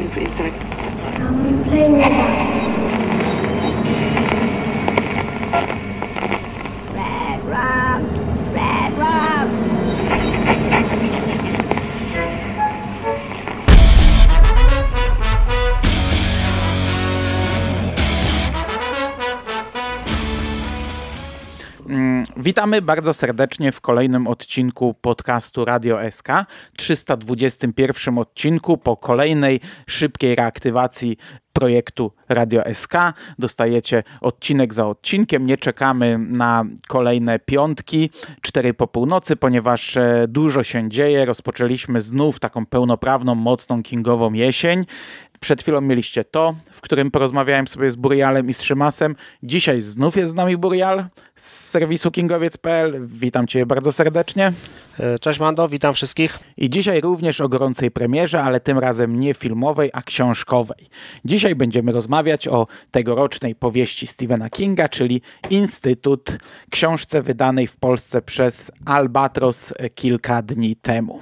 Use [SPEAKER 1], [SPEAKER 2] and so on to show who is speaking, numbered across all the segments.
[SPEAKER 1] pretty thick.
[SPEAKER 2] You playing with us?
[SPEAKER 3] Red rum! Red rum!
[SPEAKER 4] Witamy bardzo serdecznie w kolejnym odcinku podcastu Radio SK, 321 odcinku po kolejnej szybkiej reaktywacji projektu Radio SK. Dostajecie odcinek za odcinkiem, nie czekamy na kolejne piątki, 4 po północy, ponieważ dużo się dzieje. Rozpoczęliśmy znów taką pełnoprawną, mocną, kingową jesień. Przed chwilą mieliście to, w którym porozmawiałem sobie z Burialem i z Szymasem. Dzisiaj znów jest z nami Burial z serwisu kingowiec.pl. Witam Cię bardzo serdecznie.
[SPEAKER 5] Cześć Mando, witam wszystkich.
[SPEAKER 4] I dzisiaj również o gorącej premierze, ale tym razem nie filmowej, a książkowej. Dzisiaj będziemy rozmawiać o tegorocznej powieści Stephena Kinga, czyli Instytut, książce wydanej w Polsce przez Albatros kilka dni temu.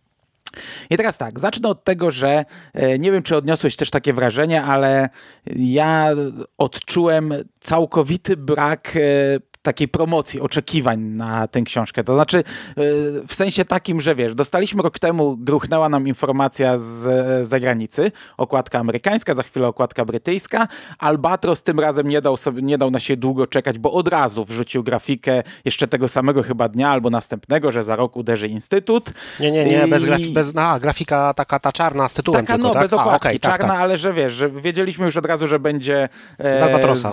[SPEAKER 4] I teraz tak, zacznę od tego, że nie wiem, czy odniosłeś też takie wrażenie, ale ja odczułem całkowity brak takiej promocji, oczekiwań na tę książkę. To znaczy w sensie takim, że wiesz, dostaliśmy rok temu, gruchnęła nam informacja z zagranicy, okładka amerykańska, za chwilę okładka brytyjska. Albatros tym razem nie dał na siebie długo czekać, bo od razu wrzucił grafikę jeszcze tego samego chyba dnia albo następnego, że za rok uderzy Instytut.
[SPEAKER 5] Nie, grafika taka ta czarna z tytułem
[SPEAKER 4] taka,
[SPEAKER 5] tylko,
[SPEAKER 4] no,
[SPEAKER 5] tak?
[SPEAKER 4] bez okładki,
[SPEAKER 5] okay,
[SPEAKER 4] czarna,
[SPEAKER 5] tak.
[SPEAKER 4] ale że wiesz, że wiedzieliśmy już od razu, że będzie
[SPEAKER 5] z Albatrosa.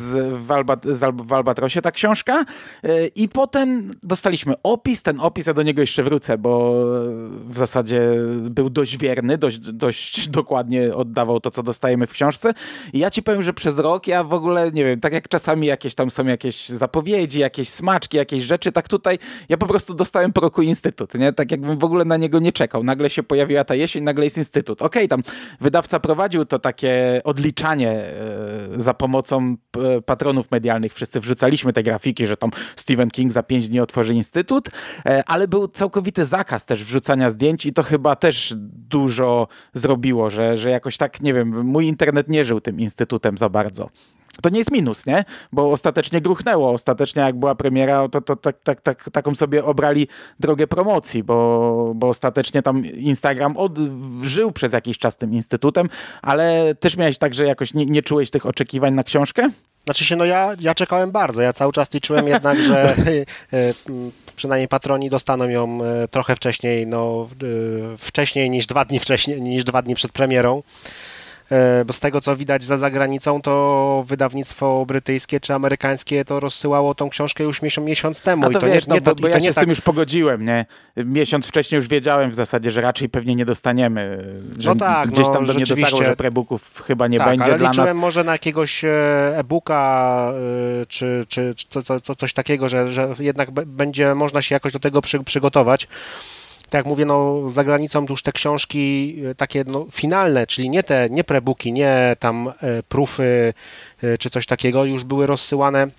[SPEAKER 4] w Albatrosie ta książka. I potem dostaliśmy opis, ten opis, ja do niego jeszcze wrócę, bo w zasadzie był dość wierny, dość dokładnie oddawał to, co dostajemy w książce. I ja ci powiem, że przez rok ja w ogóle, nie wiem, tak jak czasami jakieś tam są jakieś zapowiedzi, jakieś smaczki, jakieś rzeczy, tak tutaj ja po prostu dostałem po roku Instytut, nie? Tak jakbym w ogóle na niego nie czekał. Nagle się pojawiła ta jesień, nagle jest Instytut. Okej, tam wydawca prowadził to takie odliczanie za pomocą patronów medialnych. Wszyscy wrzucaliśmy te grafiki, że tam Stephen King za 5 dni otworzy Instytut, ale był całkowity zakaz też wrzucania zdjęć i to chyba też dużo zrobiło, że jakoś tak, nie wiem, mój internet nie żył tym Instytutem za bardzo. To nie jest minus, nie? Bo ostatecznie gruchnęło. Ostatecznie jak była premiera, to taką sobie obrali drogę promocji, bo ostatecznie tam Instagram żył przez jakiś czas tym Instytutem, ale też miałeś tak, że jakoś nie czułeś tych oczekiwań na książkę?
[SPEAKER 5] Znaczy się, no ja czekałem bardzo. Ja cały czas liczyłem jednak, że przynajmniej patroni dostaną ją trochę wcześniej, wcześniej niż 2 dni wcześniej, niż 2 dni przed premierą. Bo z tego, co widać za zagranicą, to wydawnictwo brytyjskie czy amerykańskie to rozsyłało tą książkę już miesiąc temu.
[SPEAKER 4] A to,
[SPEAKER 5] i to
[SPEAKER 4] wiesz, bo ja się z
[SPEAKER 5] tak...
[SPEAKER 4] tym już pogodziłem, nie? Miesiąc wcześniej już wiedziałem w zasadzie, że raczej pewnie nie dostaniemy. Że gdzieś tam do mnie dotarło, że pre-booków chyba nie będzie
[SPEAKER 5] ale
[SPEAKER 4] dla nas.
[SPEAKER 5] liczyłem może na jakiegoś e-booka czy coś takiego, że jednak będzie można się jakoś do tego przygotować. Tak jak mówię, za granicą już te książki takie finalne, czyli nie pre-booki, nie tam proofy czy coś takiego, już były rozsyłane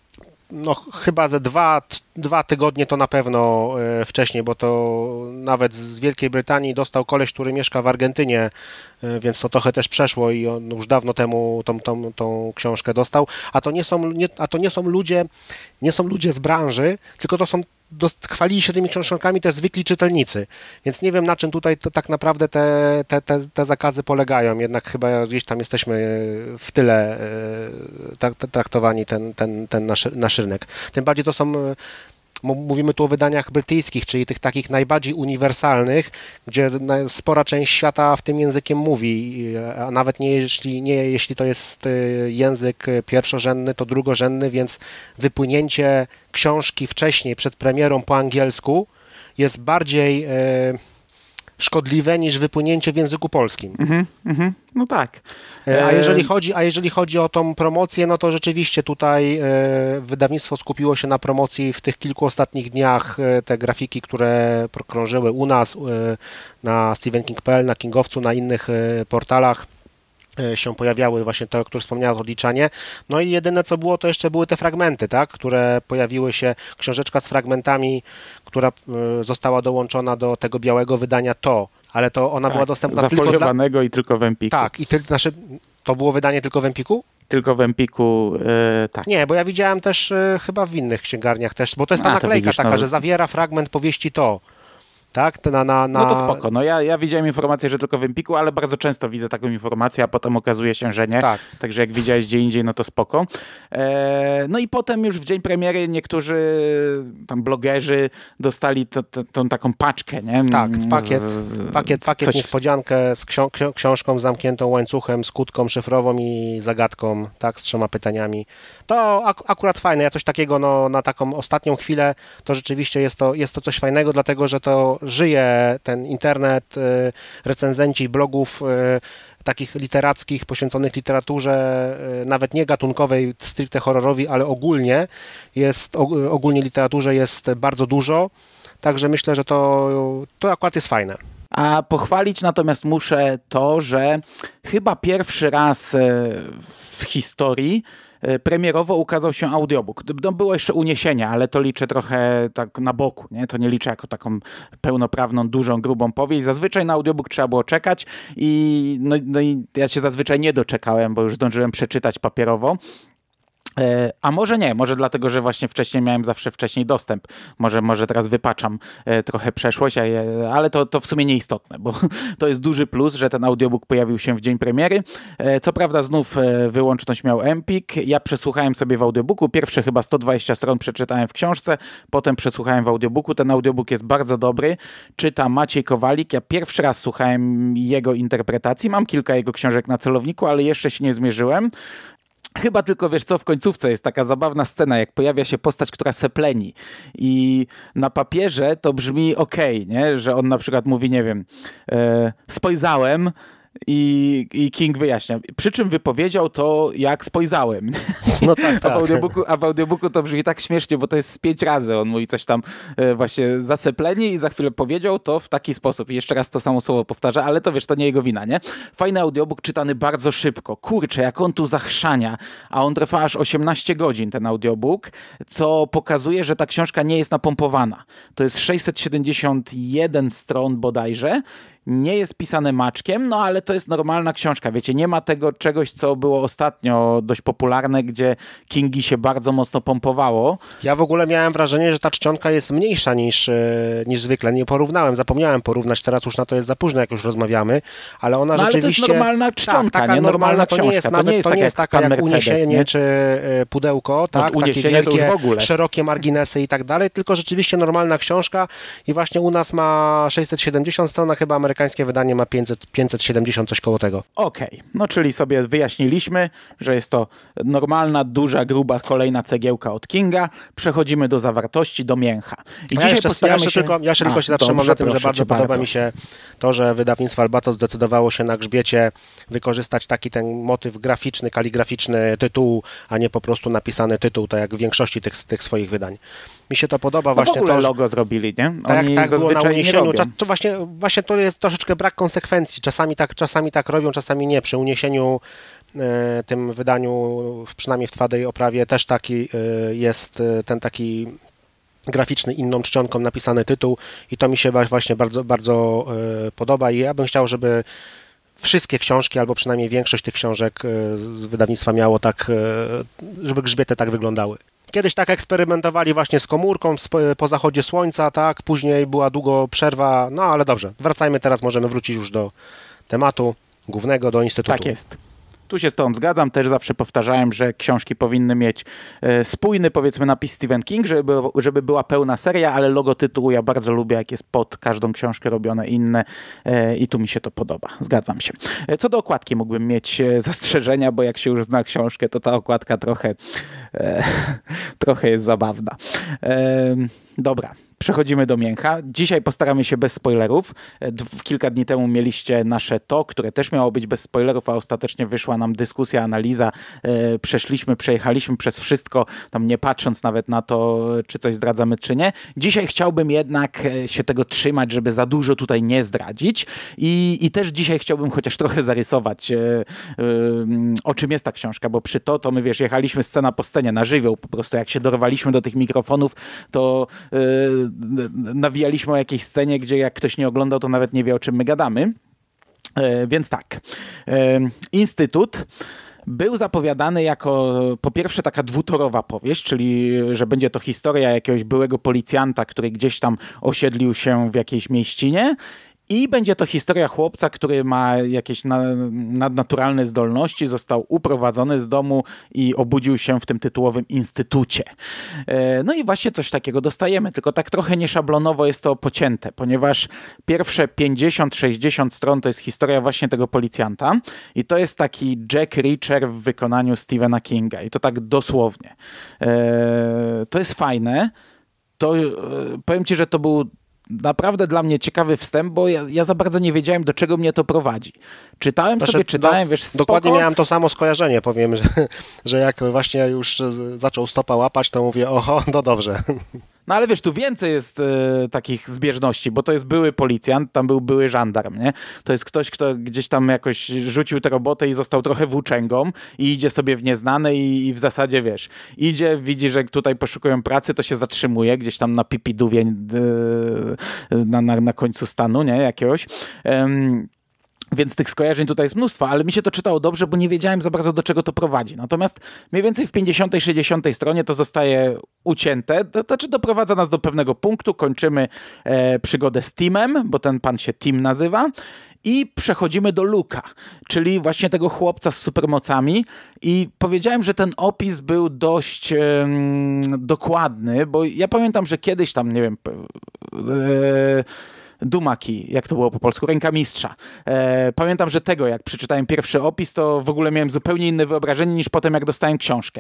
[SPEAKER 5] chyba ze 2 tygodnie to na pewno wcześniej, bo to nawet z Wielkiej Brytanii dostał koleś, który mieszka w Argentynie, więc to trochę też przeszło i on już dawno temu tą książkę dostał, a to nie są ludzie z branży, tylko to są chwalili się tymi książkami też zwykli czytelnicy, więc nie wiem, na czym tutaj tak naprawdę te zakazy polegają, jednak chyba gdzieś tam jesteśmy w tyle traktowani ten nasz rynek. Tym bardziej to są, mówimy tu o wydaniach brytyjskich, czyli tych takich najbardziej uniwersalnych, gdzie spora część świata w tym językiem mówi, a nawet jeśli to jest język pierwszorzędny, to drugorzędny, więc wypłynięcie książki wcześniej, przed premierą po angielsku jest bardziej szkodliwe niż wypłynięcie w języku polskim.
[SPEAKER 4] No tak.
[SPEAKER 5] A jeżeli chodzi o tą promocję, no to rzeczywiście tutaj wydawnictwo skupiło się na promocji w tych kilku ostatnich dniach. Te grafiki, które krążyły u nas na stephenking.pl, na Kingowcu, na innych portalach, się pojawiały właśnie to, o którym wspomniałem, odliczanie. No i jedyne co było, to jeszcze były te fragmenty, tak, które pojawiły się, książeczka z fragmentami, która została dołączona do tego białego wydania, ale to ona była dostępna tylko dla...
[SPEAKER 4] Zafoliowanego i tylko w Empiku.
[SPEAKER 5] Tak, znaczy to było wydanie tylko w Empiku?
[SPEAKER 4] Tylko w Empiku, tak.
[SPEAKER 5] Nie, bo ja widziałem też chyba w innych księgarniach też, bo to jest ta naklejka
[SPEAKER 4] widzisz,
[SPEAKER 5] taka, że zawiera fragment powieści to. Tak?
[SPEAKER 4] No to spoko. No ja widziałem informację, że tylko w Empiku, ale bardzo często widzę taką informację, a potem okazuje się, że nie.
[SPEAKER 5] Tak.
[SPEAKER 4] Także jak widziałeś gdzie indziej, no to spoko. No i potem już w dzień premiery niektórzy tam blogerzy dostali tą taką paczkę, nie?
[SPEAKER 5] Tak, pakiet
[SPEAKER 4] coś...
[SPEAKER 5] niespodziankę z książką zamkniętą łańcuchem, z kłódką szyfrową i zagadką, tak, z 3 pytaniami. To akurat fajne. Ja coś takiego na taką ostatnią chwilę, to rzeczywiście jest to coś fajnego, dlatego że to żyje ten internet, recenzenci blogów takich literackich, poświęconych literaturze, nawet nie gatunkowej, stricte horrorowi, ale ogólnie literaturze jest bardzo dużo, także myślę, że to akurat jest fajne.
[SPEAKER 4] A pochwalić natomiast muszę to, że chyba pierwszy raz w historii premierowo ukazał się audiobook. Było jeszcze Uniesienia, ale to liczę trochę tak na boku, nie? To nie liczę jako taką pełnoprawną, dużą, grubą powieść. Zazwyczaj na audiobook trzeba było czekać i ja się zazwyczaj nie doczekałem, bo już zdążyłem przeczytać papierowo. A może nie, może dlatego, że właśnie miałem zawsze wcześniej dostęp. Może teraz wypaczam trochę przeszłość, ale to w sumie nieistotne, bo to jest duży plus, że ten audiobook pojawił się w dzień premiery. Co prawda znów wyłączność miał Empik. Ja przesłuchałem sobie w audiobooku. Pierwsze chyba 120 stron przeczytałem w książce, potem przesłuchałem w audiobooku. Ten audiobook jest bardzo dobry. Czyta Maciej Kowalik. Ja pierwszy raz słuchałem jego interpretacji. Mam kilka jego książek na celowniku, ale jeszcze się nie zmierzyłem. Chyba tylko, wiesz co, w końcówce jest taka zabawna scena, jak pojawia się postać, która sepleni i na papierze to brzmi okej, nie? Że on na przykład mówi, nie wiem, spojrzałem i King wyjaśnia. Przy czym wypowiedział to, jak spojrzałem.
[SPEAKER 5] No tak.
[SPEAKER 4] A w audiobooku to brzmi tak śmiesznie, bo to jest z 5 razy. On mówi coś tam właśnie zaseplenie i za chwilę powiedział to w taki sposób. I jeszcze raz to samo słowo powtarza, ale to wiesz, to nie jego wina, nie? Fajny audiobook czytany bardzo szybko. Kurczę, jak on tu zachrzania. A on trwa aż 18 godzin, ten audiobook, co pokazuje, że ta książka nie jest napompowana. To jest 671 stron bodajże. Nie jest pisane maczkiem, no ale to jest normalna książka, wiecie, nie ma tego czegoś, co było ostatnio dość popularne, gdzie Kingi się bardzo mocno pompowało.
[SPEAKER 5] Ja w ogóle miałem wrażenie, że ta czcionka jest mniejsza niż zwykle, nie porównałem, zapomniałem porównać, teraz już na to jest za późno, jak już rozmawiamy, ale ona
[SPEAKER 4] no,
[SPEAKER 5] rzeczywiście...
[SPEAKER 4] Ale to jest normalna czcionka,
[SPEAKER 5] tak, taka
[SPEAKER 4] nie?
[SPEAKER 5] Normalna
[SPEAKER 4] książka.
[SPEAKER 5] To nie jest, nawet, to nie jest taka jak
[SPEAKER 4] Mercedes,
[SPEAKER 5] Uniesienie
[SPEAKER 4] nie?
[SPEAKER 5] czy Pudełko, tak?
[SPEAKER 4] No,
[SPEAKER 5] Takie wielkie,
[SPEAKER 4] w ogóle.
[SPEAKER 5] szerokie marginesy i tak dalej, tylko rzeczywiście normalna książka i właśnie u nas ma 670 stron, a chyba amerykańskie wydanie ma 570, coś koło tego.
[SPEAKER 4] Okej, no czyli sobie wyjaśniliśmy, że jest to normalna, duża, gruba, kolejna cegiełka od Kinga. Przechodzimy do zawartości, do mięcha. I dzisiaj postaramy się...
[SPEAKER 5] Ja jeszcze tylko się zatrzymam na tym, że bardzo podoba mi się to, że wydawnictwo Albatros zdecydowało się na grzbiecie wykorzystać taki ten motyw graficzny, kaligraficzny tytułu, a nie po prostu napisany tytuł, tak jak w większości tych swoich wydań. Mi się to podoba
[SPEAKER 4] no
[SPEAKER 5] właśnie
[SPEAKER 4] w ogóle
[SPEAKER 5] to,
[SPEAKER 4] logo zrobili, nie?
[SPEAKER 5] Oni tak było na Uniesieniu. Właśnie to jest troszeczkę brak konsekwencji. Czasami tak robią, czasami nie. Przy Uniesieniu, tym wydaniu, przynajmniej w twardej oprawie, też taki jest ten taki graficzny, inną czcionką napisany tytuł i to mi się właśnie bardzo, bardzo podoba i ja bym chciał, żeby wszystkie książki, albo przynajmniej większość tych książek z wydawnictwa miało tak, żeby grzbiety tak wyglądały. Kiedyś tak eksperymentowali właśnie z komórką po zachodzie słońca, tak, później była długo przerwa, no ale dobrze, wracajmy teraz, możemy wrócić już do tematu głównego, do Instytutu.
[SPEAKER 4] Tak jest. Tu się z tobą zgadzam, też zawsze powtarzałem, że książki powinny mieć spójny, powiedzmy, napis Stephen King, żeby była pełna seria, ale logo tytułu ja bardzo lubię, jak jest pod każdą książkę robione inne i tu mi się to podoba. Zgadzam się. Co do okładki mógłbym mieć zastrzeżenia, bo jak się już zna książkę, to ta okładka trochę jest zabawna. Dobra. Przechodzimy do mięcha. Dzisiaj postaramy się bez spoilerów. Kilka dni temu mieliście nasze to, które też miało być bez spoilerów, a ostatecznie wyszła nam dyskusja, analiza. Przejechaliśmy przez wszystko, tam nie patrząc nawet na to, czy coś zdradzamy, czy nie. Dzisiaj chciałbym jednak się tego trzymać, żeby za dużo tutaj nie zdradzić i też dzisiaj chciałbym chociaż trochę zarysować, o czym jest ta książka, bo przy to my, wiesz, jechaliśmy scena po scenie na żywioł, po prostu jak się dorwaliśmy do tych mikrofonów, to nawijaliśmy o jakiejś scenie, gdzie jak ktoś nie oglądał, to nawet nie wie, o czym my gadamy. Więc tak, Instytut był zapowiadany jako po pierwsze taka dwutorowa powieść, czyli że będzie to historia jakiegoś byłego policjanta, który gdzieś tam osiedlił się w jakiejś mieścinie i będzie to historia chłopca, który ma jakieś nadnaturalne zdolności, został uprowadzony z domu i obudził się w tym tytułowym instytucie. No i właśnie coś takiego dostajemy, tylko tak trochę nieszablonowo jest to pocięte, ponieważ pierwsze 50-60 stron to jest historia właśnie tego policjanta i to jest taki Jack Reacher w wykonaniu Stephena Kinga i to tak dosłownie. To jest fajne. To powiem ci, że to był naprawdę dla mnie ciekawy wstęp, bo ja za bardzo nie wiedziałem, do czego mnie to prowadzi. Czytałem, wiesz, spoko.
[SPEAKER 5] Dokładnie miałem to samo skojarzenie, powiem, że jak właśnie już zaczął stopa łapać, to mówię, oho, no dobrze.
[SPEAKER 4] No ale wiesz, tu więcej jest takich zbieżności, bo to jest były policjant, tam był były żandarm, nie? To jest ktoś, kto gdzieś tam jakoś rzucił tę robotę i został trochę włóczęgą i idzie sobie w nieznane i w zasadzie, wiesz, idzie, widzi, że tutaj poszukują pracy, to się zatrzymuje gdzieś tam na Pipidówie na końcu stanu, nie? Jakiegoś. Więc tych skojarzeń tutaj jest mnóstwo, ale mi się to czytało dobrze, bo nie wiedziałem za bardzo, do czego to prowadzi. Natomiast mniej więcej w 50-60 stronie to zostaje ucięte, to znaczy doprowadza nas do pewnego punktu, kończymy przygodę z Timem, bo ten pan się Tim nazywa, i przechodzimy do Luka, czyli właśnie tego chłopca z supermocami i powiedziałem, że ten opis był dość dokładny, bo ja pamiętam, że kiedyś tam, nie wiem... Dumaki, jak to było po polsku, Rękamistrza. Pamiętam, że tego, jak przeczytałem pierwszy opis, to w ogóle miałem zupełnie inne wyobrażenie niż potem, jak dostałem książkę.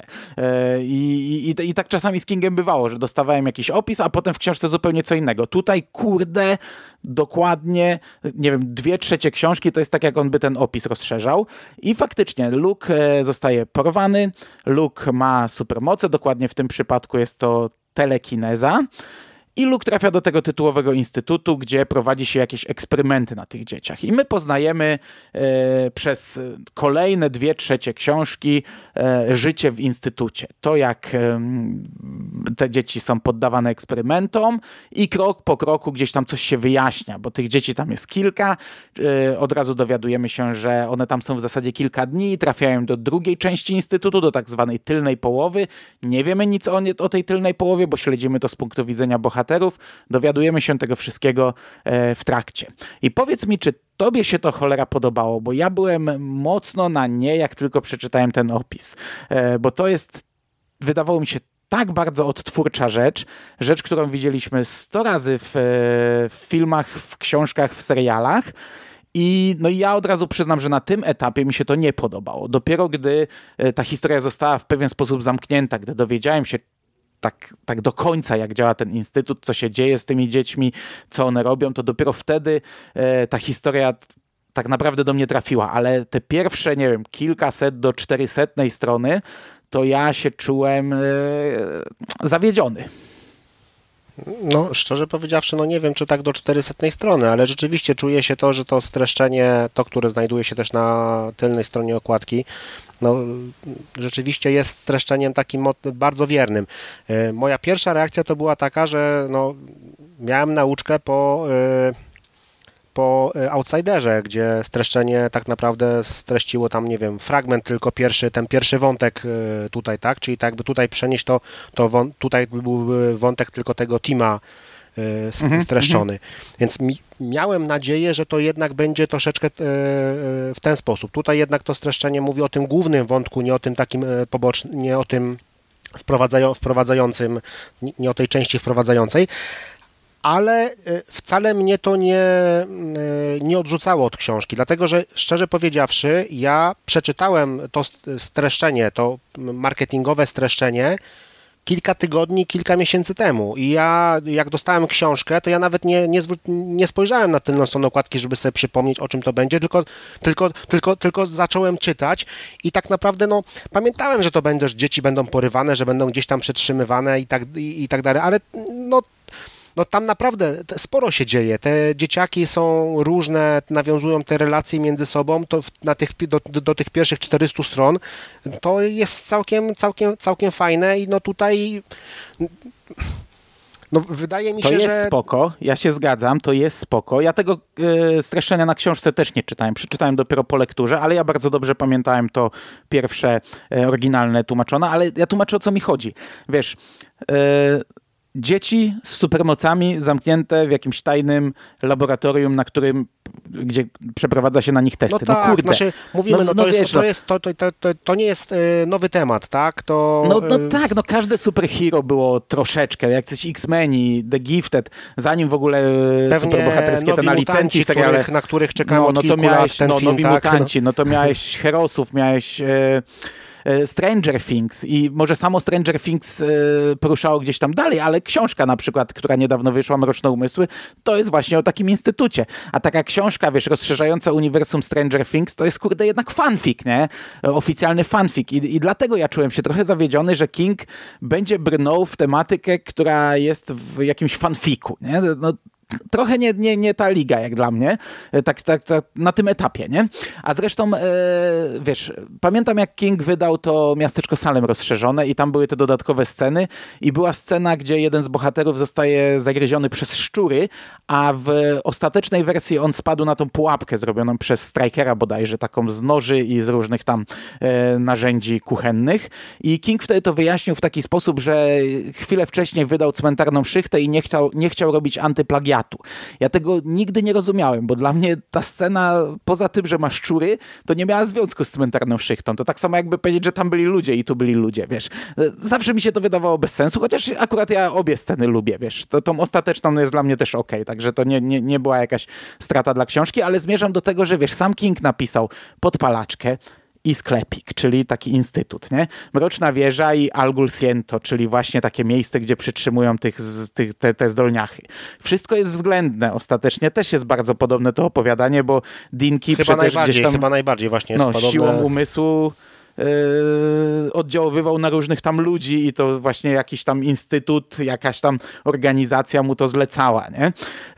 [SPEAKER 4] I tak czasami z Kingem bywało, że dostawałem jakiś opis, a potem w książce zupełnie co innego. Tutaj, kurde, dokładnie, nie wiem, 2/3 książki to jest tak, jak on by ten opis rozszerzał. I faktycznie Luke zostaje porwany, Luke ma supermoce, dokładnie w tym przypadku jest to telekineza. I Luke trafia do tego tytułowego instytutu, gdzie prowadzi się jakieś eksperymenty na tych dzieciach. I my poznajemy przez kolejne 2/3 książki życie w instytucie. To, jak te dzieci są poddawane eksperymentom i krok po kroku gdzieś tam coś się wyjaśnia, bo tych dzieci tam jest kilka. Od razu dowiadujemy się, że one tam są w zasadzie kilka dni, trafiają do drugiej części instytutu, do tak zwanej tylnej połowy. Nie wiemy nic o tej tylnej połowie, bo śledzimy to z punktu widzenia bohaterów. Dowiadujemy się tego wszystkiego w trakcie. I powiedz mi, czy tobie się to cholera podobało, bo ja byłem mocno na nie, jak tylko przeczytałem ten opis. Bo to jest, wydawało mi się, tak bardzo odtwórcza rzecz, którą widzieliśmy 100 razy w filmach, w książkach, w serialach. I ja od razu przyznam, że na tym etapie mi się to nie podobało. Dopiero gdy ta historia została w pewien sposób zamknięta, gdy dowiedziałem się tak do końca, jak działa ten instytut, co się dzieje z tymi dziećmi, co one robią, to dopiero wtedy ta historia tak naprawdę do mnie trafiła. Ale te pierwsze, nie wiem, kilkaset do 400 strony, to ja się czułem zawiedziony.
[SPEAKER 5] No, szczerze powiedziawszy, nie wiem, czy tak do 400 strony, ale rzeczywiście czuje się to, że to streszczenie, to, które znajduje się też na tylnej stronie okładki, rzeczywiście jest streszczeniem takim bardzo wiernym. Moja pierwsza reakcja to była taka, że miałem nauczkę po Outsiderze, gdzie streszczenie tak naprawdę streściło tam, nie wiem, fragment tylko ten pierwszy wątek tutaj, tak? Czyli tak jakby tutaj przenieść tutaj był wątek tylko tego Tima streszczony. Więc miałem nadzieję, że to jednak będzie troszeczkę w ten sposób. Tutaj jednak to streszczenie mówi o tym głównym wątku, nie o tym takim pobocznym, nie o tym wprowadzającym, nie o tej części wprowadzającej. Ale wcale mnie to nie odrzucało od książki, dlatego że szczerze powiedziawszy, ja przeczytałem to streszczenie, to marketingowe streszczenie kilka tygodni, kilka miesięcy temu i ja jak dostałem książkę, to ja nawet nie spojrzałem na tylną stronę okładki, żeby sobie przypomnieć, o czym to będzie, tylko zacząłem czytać i tak naprawdę pamiętałem, że to będzie, że dzieci będą porywane, że będą gdzieś tam przetrzymywane i tak dalej, ale tam naprawdę sporo się dzieje. Te dzieciaki są różne, nawiązują te relacje między sobą. To do tych pierwszych 400 stron to jest całkiem fajne i tutaj No wydaje mi
[SPEAKER 4] To
[SPEAKER 5] się,
[SPEAKER 4] jest
[SPEAKER 5] że...
[SPEAKER 4] spoko, ja się zgadzam, to jest spoko. Ja tego streszczenia na książce też nie czytałem, przeczytałem dopiero po lekturze, ale ja bardzo dobrze pamiętałem to pierwsze oryginalne tłumaczone, ale ja tłumaczę, o co mi chodzi. Wiesz, dzieci z supermocami zamknięte w jakimś tajnym laboratorium, gdzie przeprowadza się na nich testy.
[SPEAKER 5] No tak,
[SPEAKER 4] kurde.
[SPEAKER 5] znaczy, mówimy, to nie jest nowy temat, tak?
[SPEAKER 4] Tak, każde superhero było troszeczkę, jak coś X-Meni, The Gifted, zanim w ogóle superbohaterskie te na licencji seriale.
[SPEAKER 5] Na których czekamy od kilku
[SPEAKER 4] miałeś,
[SPEAKER 5] lat ten film,
[SPEAKER 4] nowi
[SPEAKER 5] tak?
[SPEAKER 4] mutanci, to miałeś herosów, miałeś Stranger Things i może samo Stranger Things poruszało gdzieś tam dalej, ale książka na przykład, która niedawno wyszła, Mroczne Umysły, to jest właśnie o takim instytucie. A taka książka, wiesz, rozszerzająca uniwersum Stranger Things, to jest kurde jednak fanfic, nie? Oficjalny fanfic i dlatego ja czułem się trochę zawiedziony, że King będzie brnął w tematykę, która jest w jakimś fanficu, nie? Trochę nie ta liga jak dla mnie, tak na tym etapie, nie? A zresztą, wiesz, pamiętam jak King wydał to Miasteczko Salem rozszerzone i tam były te dodatkowe sceny i była scena, gdzie jeden z bohaterów zostaje zagryziony przez szczury, a w ostatecznej wersji on spadł na tą pułapkę zrobioną przez Strikera bodajże, taką z noży i z różnych tam narzędzi kuchennych i King wtedy to wyjaśnił w taki sposób, że chwilę wcześniej wydał Cmentarną Szychtę i nie chciał robić antyplagiatu. Ja tego nigdy nie rozumiałem, bo dla mnie ta scena, poza tym, że ma szczury, to nie miała związku z Cmentarną Szychtą. To tak samo jakby powiedzieć, że tam byli ludzie i tu byli ludzie, wiesz. Zawsze mi się to wydawało bez sensu, chociaż akurat ja obie sceny lubię, wiesz. Tą ostateczną jest dla mnie też okej, także to nie była jakaś strata dla książki, ale zmierzam do tego, że wiesz, sam King napisał Podpalaczkę i Sklepik, czyli taki instytut, nie? Mroczna Wieża i Algul Siento, czyli właśnie takie miejsce, gdzie przytrzymują te zdolniachy. Wszystko jest względne. Ostatecznie też jest bardzo podobne to opowiadanie, bo Dinky
[SPEAKER 5] chyba najbardziej właśnie jest podobne.
[SPEAKER 4] Siłą umysłu oddziaływał na różnych tam ludzi i to właśnie jakiś tam instytut, jakaś tam organizacja mu to zlecała, nie?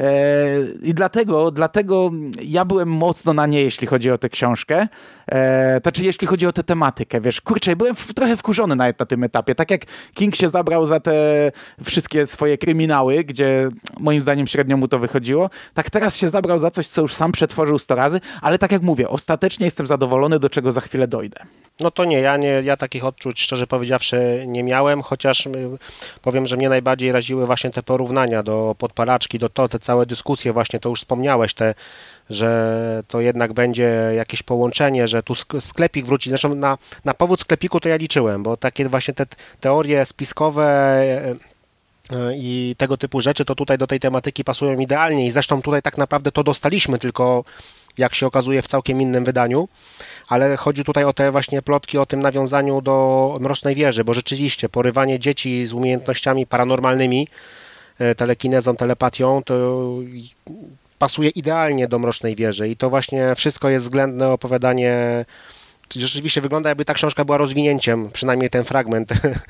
[SPEAKER 4] I dlatego ja byłem mocno na nie, jeśli chodzi o tę książkę. Znaczy, jeśli chodzi o tę tematykę, wiesz, kurczę, byłem trochę wkurzony nawet na tym etapie. Tak jak King się zabrał za te wszystkie swoje kryminały, gdzie moim zdaniem średnio mu to wychodziło, tak teraz się zabrał za coś, co już sam przetworzył 100 razy, ale tak jak mówię, ostatecznie jestem zadowolony, do czego za chwilę dojdę.
[SPEAKER 5] No to ja takich odczuć, szczerze powiedziawszy, nie miałem, chociaż powiem, że mnie najbardziej raziły właśnie te porównania do Podpalaczki, te całe dyskusje właśnie, to już wspomniałeś, że to jednak będzie jakieś połączenie, że tu sklepik wróci. Zresztą na powód sklepiku to ja liczyłem, bo takie właśnie te teorie spiskowe i tego typu rzeczy to tutaj do tej tematyki pasują idealnie i zresztą tutaj tak naprawdę to dostaliśmy, tylko jak się okazuje w całkiem innym wydaniu, ale chodzi tutaj o te właśnie plotki, o tym nawiązaniu do Mrocznej Wieży, bo rzeczywiście porywanie dzieci z umiejętnościami paranormalnymi, telekinezą, telepatią, to pasuje idealnie do Mrocznej Wieży i to właśnie wszystko jest względne opowiadanie. Rzeczywiście wygląda, jakby ta książka była rozwinięciem, przynajmniej ten fragment,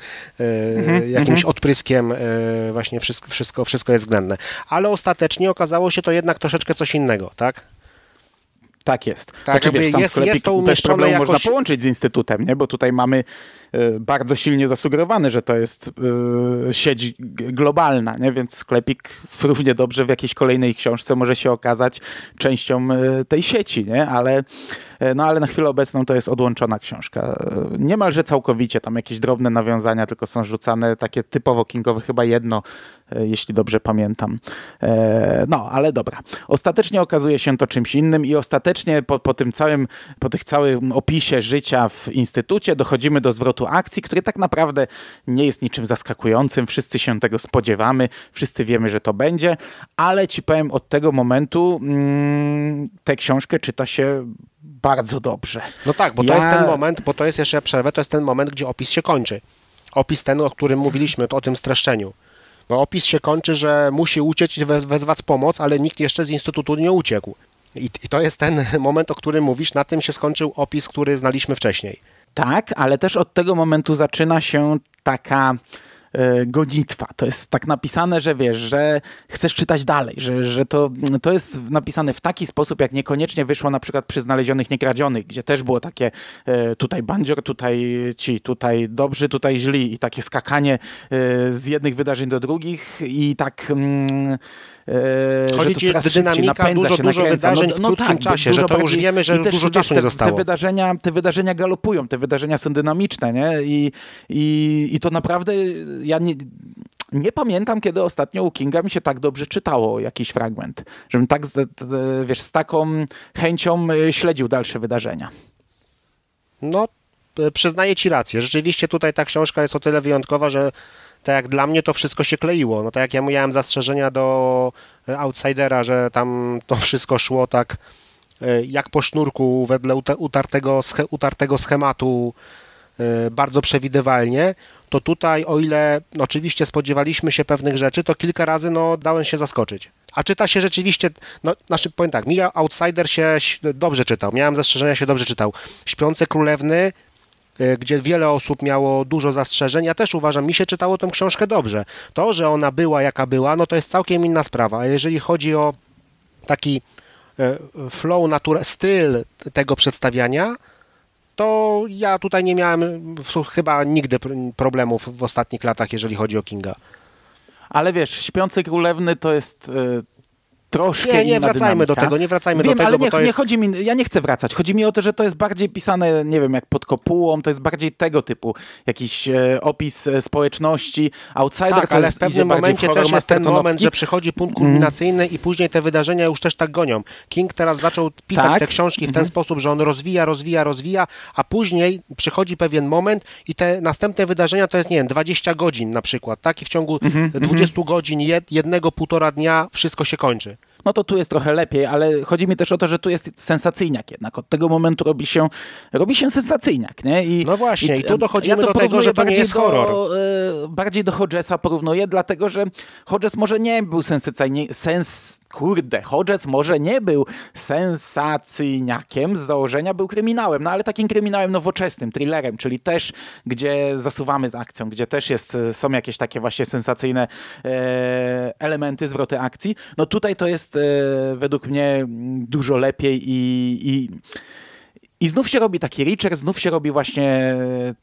[SPEAKER 5] jakimś odpryskiem, właśnie wszystko jest względne. Ale ostatecznie okazało się to jednak troszeczkę coś innego, tak?
[SPEAKER 4] Tak jest.
[SPEAKER 5] Tak,
[SPEAKER 4] znaczy, wiesz, sam sklepik
[SPEAKER 5] jest to
[SPEAKER 4] też
[SPEAKER 5] umieszczone
[SPEAKER 4] problem
[SPEAKER 5] jakoś...
[SPEAKER 4] można połączyć z instytutem, nie? Bo tutaj mamy bardzo silnie zasugerowane, że to jest sieć globalna, nie? Więc sklepik równie dobrze w jakiejś kolejnej książce może się okazać częścią tej sieci, nie? Ale na chwilę obecną to jest odłączona książka. Niemalże całkowicie, tam jakieś drobne nawiązania tylko są rzucane, takie typowo kingowe, chyba jedno, jeśli dobrze pamiętam. Ale dobra. Ostatecznie okazuje się to czymś innym i ostatecznie po tych całym opisie życia w instytucie dochodzimy do zwrotu akcji, który tak naprawdę nie jest niczym zaskakującym. Wszyscy się tego spodziewamy, wszyscy wiemy, że to będzie, ale ci powiem, od tego momentu tę książkę czyta się bardzo dobrze.
[SPEAKER 5] No tak, bo to jest ten moment, bo to jest jeszcze przerwę, to jest ten moment, gdzie opis się kończy. Opis ten, o którym mówiliśmy, o tym streszczeniu. Bo opis się kończy, że musi uciec i wezwać pomoc, ale nikt jeszcze z Instytutu nie uciekł. I to jest ten moment, o którym mówisz, na tym się skończył opis, który znaliśmy wcześniej.
[SPEAKER 4] Tak, ale też od tego momentu zaczyna się taka gonitwa. To jest tak napisane, że wiesz, że chcesz czytać dalej, że to jest napisane w taki sposób, jak niekoniecznie wyszło na przykład przy Znalezionych Niekradzionych, gdzie też było takie tutaj bandzior, tutaj ci, tutaj dobrzy, tutaj źli i takie skakanie z jednych wydarzeń do drugich i tak
[SPEAKER 5] Chodzi
[SPEAKER 4] że to
[SPEAKER 5] ci
[SPEAKER 4] coraz
[SPEAKER 5] dynamika,
[SPEAKER 4] szybciej napędza się,
[SPEAKER 5] dużo
[SPEAKER 4] nakręca.
[SPEAKER 5] wydarzeń w krótkim czasie, że to już wiemy, że
[SPEAKER 4] i też,
[SPEAKER 5] dużo
[SPEAKER 4] wiesz,
[SPEAKER 5] czasu nie zostało.
[SPEAKER 4] Te wydarzenia galopują, te wydarzenia są dynamiczne, nie? I to naprawdę ja nie pamiętam, kiedy ostatnio u Kinga mi się tak dobrze czytało jakiś fragment, żebym tak, wiesz, z taką chęcią śledził dalsze wydarzenia.
[SPEAKER 5] No, przyznaję ci rację. Rzeczywiście tutaj ta książka jest o tyle wyjątkowa, że tak jak dla mnie to wszystko się kleiło. No tak jak ja miałem zastrzeżenia do Outsidera, że tam to wszystko szło tak jak po sznurku wedle utartego schematu bardzo przewidywalnie, to tutaj o ile oczywiście spodziewaliśmy się pewnych rzeczy, to kilka razy dałem się zaskoczyć. A czyta się rzeczywiście, powiem tak, mi Outsider się dobrze czytał, miałem zastrzeżenia, się dobrze czytał. Śpiące Królewny, gdzie wiele osób miało dużo zastrzeżeń, ja też uważam, mi się czytało tę książkę dobrze. To, że ona była jaka była, no to jest całkiem inna sprawa, a jeżeli chodzi o taki flow, styl tego przedstawiania, to ja tutaj nie miałem chyba nigdy problemów w ostatnich latach, jeżeli chodzi o Kinga.
[SPEAKER 4] Ale wiesz, Śpiące Królewny to jest troszkę
[SPEAKER 5] nie wracajmy do tego,
[SPEAKER 4] Wiem, ale nie chodzi mi, ja nie chcę wracać. Chodzi mi o to, że to jest bardziej pisane, nie wiem, jak pod kopułą, to jest bardziej tego typu jakiś opis społeczności. Outsider
[SPEAKER 5] tak, ale w pewnym momencie też jest ten moment, że przychodzi punkt kulminacyjny i później te wydarzenia już też tak gonią. King teraz zaczął pisać te książki w ten sposób, że on rozwija, a później przychodzi pewien moment i te następne wydarzenia to jest, nie wiem, 20 godzin na przykład, tak? I w ciągu 20 godzin, jednego, półtora dnia wszystko się kończy.
[SPEAKER 4] No to tu jest trochę lepiej, ale chodzi mi też o to, że tu jest sensacyjniak jednak. Od tego momentu robi się sensacyjnik, nie?
[SPEAKER 5] No właśnie, i tu dochodzimy do tego, że to nie jest horror.
[SPEAKER 4] Bardziej do Hodgesa porównuję, dlatego że Hodges może nie był Hodges może nie był sensacyjniakiem z założenia, był kryminałem, no ale takim kryminałem nowoczesnym, thrillerem, czyli też, gdzie zasuwamy z akcją, gdzie też są jakieś takie właśnie sensacyjne elementy, zwroty akcji. No tutaj to jest według mnie dużo lepiej i znów się robi taki Reacher, znów się robi właśnie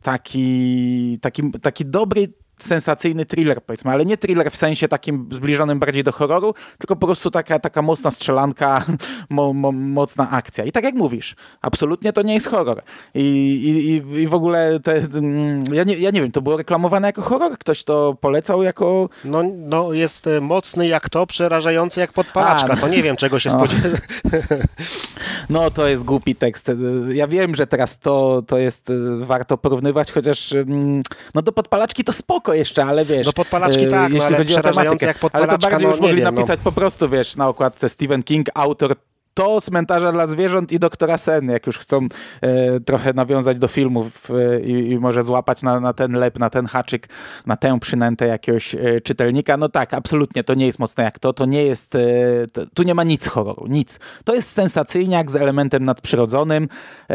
[SPEAKER 4] taki dobry, sensacyjny thriller, powiedzmy, ale nie thriller w sensie takim zbliżonym bardziej do horroru, tylko po prostu taka mocna strzelanka, mocna akcja. I tak jak mówisz, absolutnie to nie jest horror. I w ogóle ja nie wiem, to było reklamowane jako horror? Ktoś to polecał jako...
[SPEAKER 5] No jest mocny jak to, przerażający jak podpalaczka. To nie wiem, czego się spodziewać.
[SPEAKER 4] No to jest głupi tekst. Ja wiem, że teraz to jest warto porównywać, chociaż do podpalaczki to spoko jeszcze, ale wiesz...
[SPEAKER 5] Do podpalaczki tak,
[SPEAKER 4] jeśli
[SPEAKER 5] ale
[SPEAKER 4] chodzi o tematykę,
[SPEAKER 5] jak podpalaczka,
[SPEAKER 4] ale to bardziej już mogli
[SPEAKER 5] wiem,
[SPEAKER 4] napisać po prostu, wiesz, na okładce Stephen King, autor To Cmentarza dla zwierząt i Doktora Sen, jak już chcą trochę nawiązać do filmów i może złapać na ten lep, na ten haczyk, na tę przynętę jakiegoś czytelnika. No tak, absolutnie, to nie jest mocne jak to nie jest, tu nie ma nic horroru, nic. To jest sensacyjniak z elementem nadprzyrodzonym,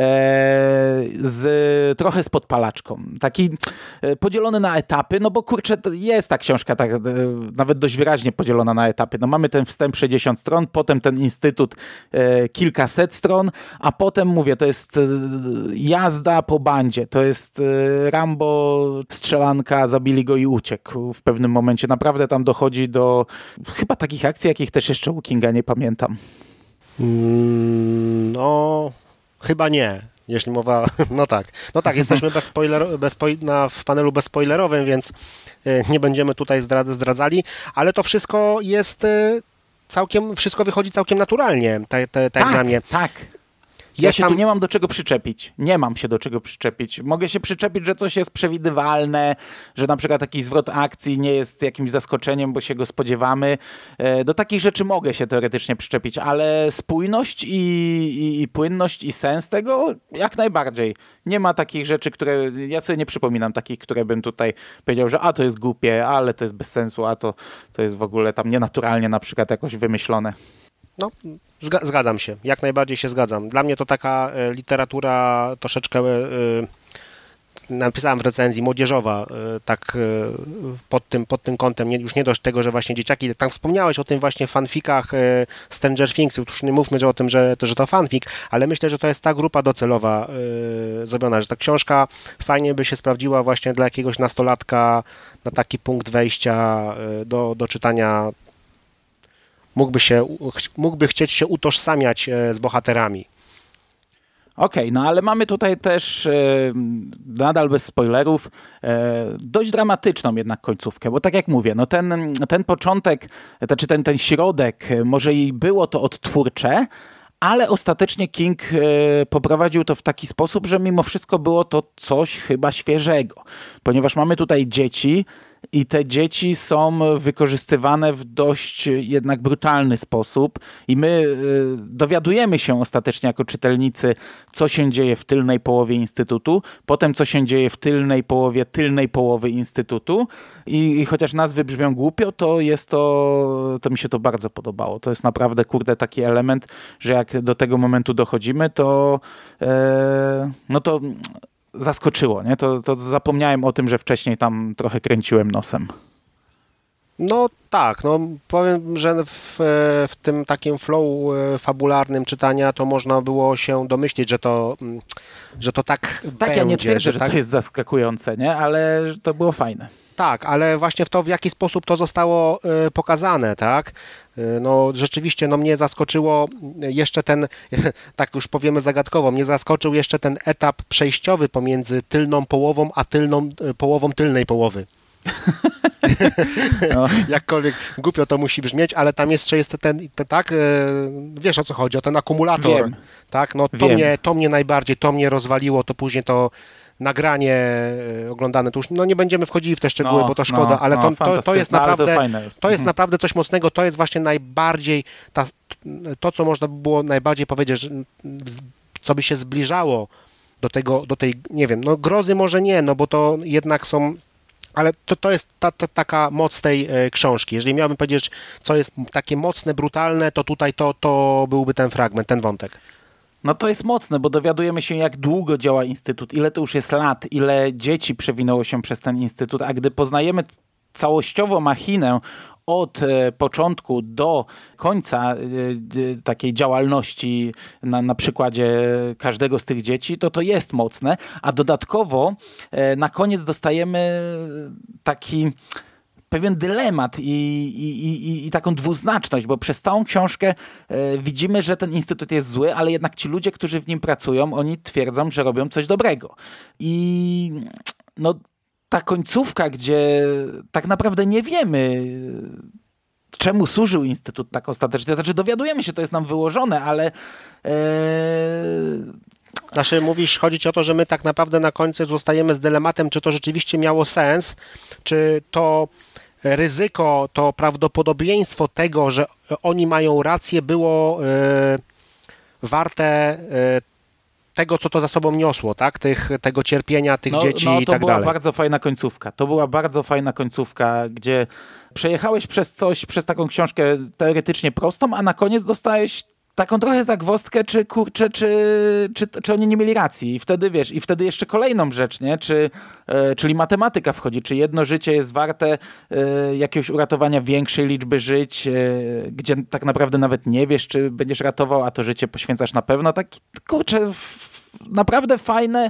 [SPEAKER 4] trochę z podpalaczką. Taki podzielony na etapy, no bo kurczę, jest ta książka tak, nawet dość wyraźnie podzielona na etapy. No mamy ten wstęp 60 stron, potem ten instytut kilkaset stron, a potem mówię, to jest jazda po bandzie, to jest Rambo, strzelanka, zabili go i uciekł. W pewnym momencie naprawdę tam dochodzi do chyba takich akcji, jakich też jeszcze u Kinga nie pamiętam.
[SPEAKER 5] No, chyba nie. Jeśli mowa... No tak, jesteśmy w panelu bezspoilerowym, więc nie będziemy tutaj zdradzali, ale to wszystko jest wszystko wychodzi całkiem naturalnie, tak dla mnie.
[SPEAKER 4] Tak. Ja się tu nie mam do czego przyczepić. Nie mam się do czego przyczepić. Mogę się przyczepić, że coś jest przewidywalne, że na przykład jakiś zwrot akcji nie jest jakimś zaskoczeniem, bo się go spodziewamy. Do takich rzeczy mogę się teoretycznie przyczepić, ale spójność i płynność i sens tego jak najbardziej. Nie ma takich rzeczy, które... Ja sobie nie przypominam takich, które bym tutaj powiedział, że to jest głupie, ale to jest bez sensu, a to jest w ogóle tam nienaturalnie na przykład jakoś wymyślone.
[SPEAKER 5] No, zgadzam się. Jak najbardziej się zgadzam. Dla mnie to taka literatura troszeczkę napisałem w recenzji, młodzieżowa, tak pod tym kątem, już nie dość tego, że właśnie dzieciaki, tam wspomniałeś o tym właśnie fanfikach Stranger Things, już nie mówmy że o tym, że to fanfik, ale myślę, że to jest ta grupa docelowa zrobiona, że ta książka fajnie by się sprawdziła właśnie dla jakiegoś nastolatka na taki punkt wejścia do czytania. Mógłby chcieć się utożsamiać z bohaterami.
[SPEAKER 4] Okej, no ale mamy tutaj też, nadal bez spoilerów, dość dramatyczną jednak końcówkę, bo tak jak mówię, no ten początek, znaczy ten środek, może i było to odtwórcze, ale ostatecznie King poprowadził to w taki sposób, że mimo wszystko było to coś chyba świeżego, ponieważ mamy tutaj dzieci, i te dzieci są wykorzystywane w dość jednak brutalny sposób i my dowiadujemy się ostatecznie jako czytelnicy, co się dzieje w tylnej połowie Instytutu, potem co się dzieje w tylnej połowy Instytutu i chociaż nazwy brzmią głupio, to jest to mi się to bardzo podobało. To jest naprawdę, kurde, taki element, że jak do tego momentu dochodzimy, to no to zaskoczyło, nie? To zapomniałem o tym, że wcześniej tam trochę kręciłem nosem.
[SPEAKER 5] No tak, no powiem, że w tym takim flow fabularnym czytania to można było się domyślić, że to tak będzie.
[SPEAKER 4] Ja nie twierdzę, że
[SPEAKER 5] tak...
[SPEAKER 4] to jest zaskakujące, nie? Ale to było fajne.
[SPEAKER 5] Tak, ale właśnie w jaki sposób to zostało pokazane, tak? No rzeczywiście, no mnie zaskoczyło jeszcze tak już powiemy zagadkowo, mnie zaskoczył jeszcze ten etap przejściowy pomiędzy tylną połową, a tylną połową tylnej połowy. No. Jakkolwiek głupio to musi brzmieć, ale tam jeszcze jest tak, wiesz o co chodzi, o ten akumulator.
[SPEAKER 4] Wiem.
[SPEAKER 5] Tak, no to mnie najbardziej, to mnie rozwaliło, to później to nagranie oglądane, to już nie będziemy wchodzili w te szczegóły, bo to szkoda, ale to jest naprawdę to jest naprawdę coś mocnego, to jest właśnie najbardziej to, co można by było najbardziej powiedzieć, że, co by się zbliżało do tej, nie wiem, no grozy może nie, no bo to jednak są, ale to jest taka moc tej książki. Jeżeli miałbym powiedzieć, co jest takie mocne, brutalne, to tutaj to byłby ten fragment, ten wątek.
[SPEAKER 4] No to jest mocne, bo dowiadujemy się, jak długo działa Instytut, ile to już jest lat, ile dzieci przewinęło się przez ten Instytut, a gdy poznajemy całościowo machinę od początku do końca takiej działalności na przykładzie każdego z tych dzieci, to jest mocne, a dodatkowo na koniec dostajemy taki pewien dylemat i taką dwuznaczność, bo przez całą książkę widzimy, że ten instytut jest zły, ale jednak ci ludzie, którzy w nim pracują, oni twierdzą, że robią coś dobrego. I no ta końcówka, gdzie tak naprawdę nie wiemy, czemu służył Instytut tak ostatecznie. Znaczy dowiadujemy się, to jest nam wyłożone, ale...
[SPEAKER 5] Znaczy chodzi ci o to, że my tak naprawdę na końcu zostajemy z dylematem, czy to rzeczywiście miało sens, czy to ryzyko, to prawdopodobieństwo tego, że oni mają rację, było warte tego, co to za sobą niosło, tak? Tego cierpienia tych dzieci i tak dalej.
[SPEAKER 4] To była bardzo fajna końcówka. To była bardzo fajna końcówka, gdzie przejechałeś przez taką książkę teoretycznie prostą, a na koniec dostałeś taką trochę zagwozdkę, czy kurczę, czy oni nie mieli racji. I wtedy wiesz, i wtedy jeszcze kolejną rzecz, nie? Czyli matematyka wchodzi, czy jedno życie jest warte jakiegoś uratowania większej liczby żyć, gdzie tak naprawdę nawet nie wiesz, czy będziesz ratował, a to życie poświęcasz na pewno. Tak, kurczę, naprawdę fajne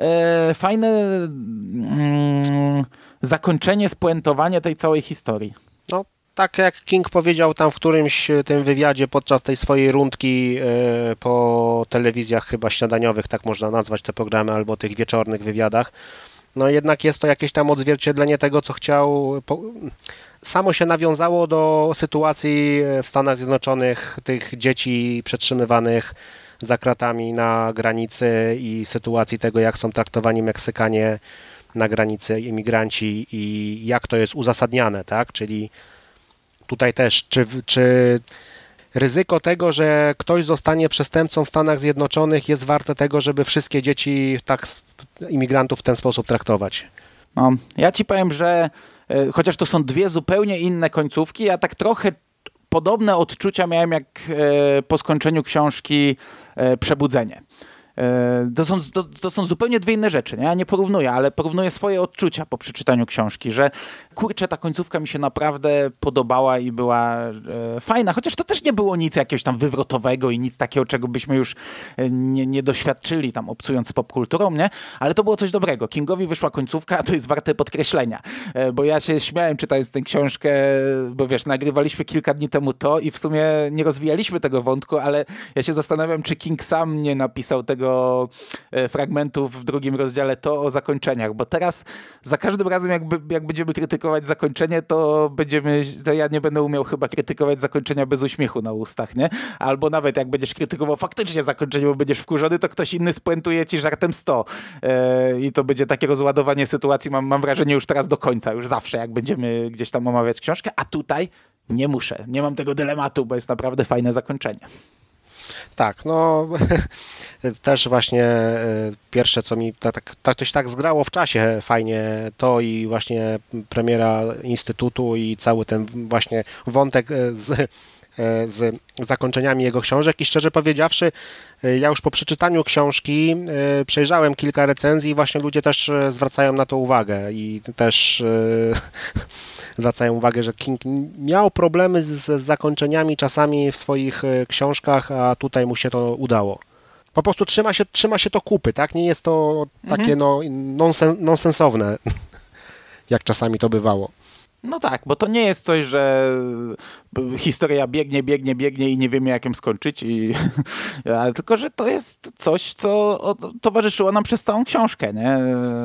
[SPEAKER 4] zakończenie, spuentowanie tej całej historii.
[SPEAKER 5] No, tak jak King powiedział tam w którymś tym wywiadzie podczas tej swojej rundki po telewizjach chyba śniadaniowych, tak można nazwać te programy, albo tych wieczornych wywiadach, no jednak jest to jakieś tam odzwierciedlenie tego, co chciał. Samo się nawiązało do sytuacji w Stanach Zjednoczonych, tych dzieci przetrzymywanych za kratami na granicy i sytuacji tego, jak są traktowani Meksykanie na granicy, imigranci i jak to jest uzasadniane, tak? Czyli tutaj też, czy ryzyko tego, że ktoś zostanie przestępcą w Stanach Zjednoczonych jest warte tego, żeby wszystkie dzieci imigrantów w ten sposób traktować?
[SPEAKER 4] No, ja ci powiem, że chociaż to są dwie zupełnie inne końcówki, ja tak trochę podobne odczucia miałem jak po skończeniu książki Przebudzenie. To są zupełnie dwie inne rzeczy. Nie? Ja nie porównuję, ale porównuję swoje odczucia po przeczytaniu książki, że kurczę, ta końcówka mi się naprawdę podobała i była fajna, chociaż to też nie było nic jakiegoś tam wywrotowego i nic takiego, czego byśmy już nie doświadczyli tam obcując z popkulturą, nie? Ale to było coś dobrego. Kingowi wyszła końcówka, a to jest warte podkreślenia, bo ja się śmiałem czytając tę książkę, bo wiesz, nagrywaliśmy kilka dni temu to i w sumie nie rozwijaliśmy tego wątku, ale ja się zastanawiam, czy King sam nie napisał tego fragmentu w drugim rozdziale to o zakończeniach, bo teraz za każdym razem jak będziemy krytykować zakończenie, to ja nie będę umiał chyba krytykować zakończenia bez uśmiechu na ustach, nie? Albo nawet jak będziesz krytykował faktycznie zakończenie, bo będziesz wkurzony, to ktoś inny spuentuje ci żartem 100. I to będzie takie rozładowanie sytuacji, mam wrażenie już teraz do końca, już zawsze, jak będziemy gdzieś tam omawiać książkę, a tutaj nie muszę, nie mam tego dylematu, bo jest naprawdę fajne zakończenie.
[SPEAKER 5] Tak, no też właśnie pierwsze, co mi coś tak zgrało w czasie fajnie, to i właśnie premiera Instytutu i cały ten właśnie wątek z zakończeniami jego książek i szczerze powiedziawszy, ja już po przeczytaniu książki przejrzałem kilka recenzji i właśnie ludzie też zwracają na to uwagę i też zwracają uwagę, że King miał problemy z zakończeniami czasami w swoich książkach, a tutaj mu się to udało. Po prostu trzyma się to kupy, tak? Nie jest to takie nonsensowne, jak czasami to bywało.
[SPEAKER 4] No tak, bo to nie jest coś, że historia biegnie i nie wiemy, jak ją skończyć, tylko że to jest coś, co towarzyszyło nam przez całą książkę, nie?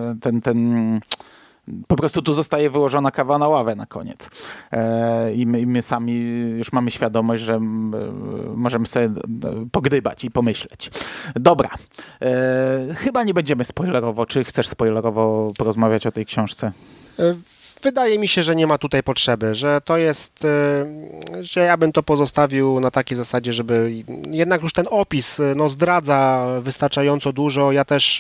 [SPEAKER 4] Po prostu tu zostaje wyłożona kawa na ławę na koniec. I my sami już mamy świadomość, że możemy sobie pogdybać i pomyśleć. Dobra. Chyba nie będziemy spoilerowo. Czy chcesz spoilerowo porozmawiać o tej książce?
[SPEAKER 5] Wydaje mi się, że nie ma tutaj potrzeby, że to jest, że ja bym to pozostawił na takiej zasadzie, żeby jednak już ten opis zdradza wystarczająco dużo. Ja też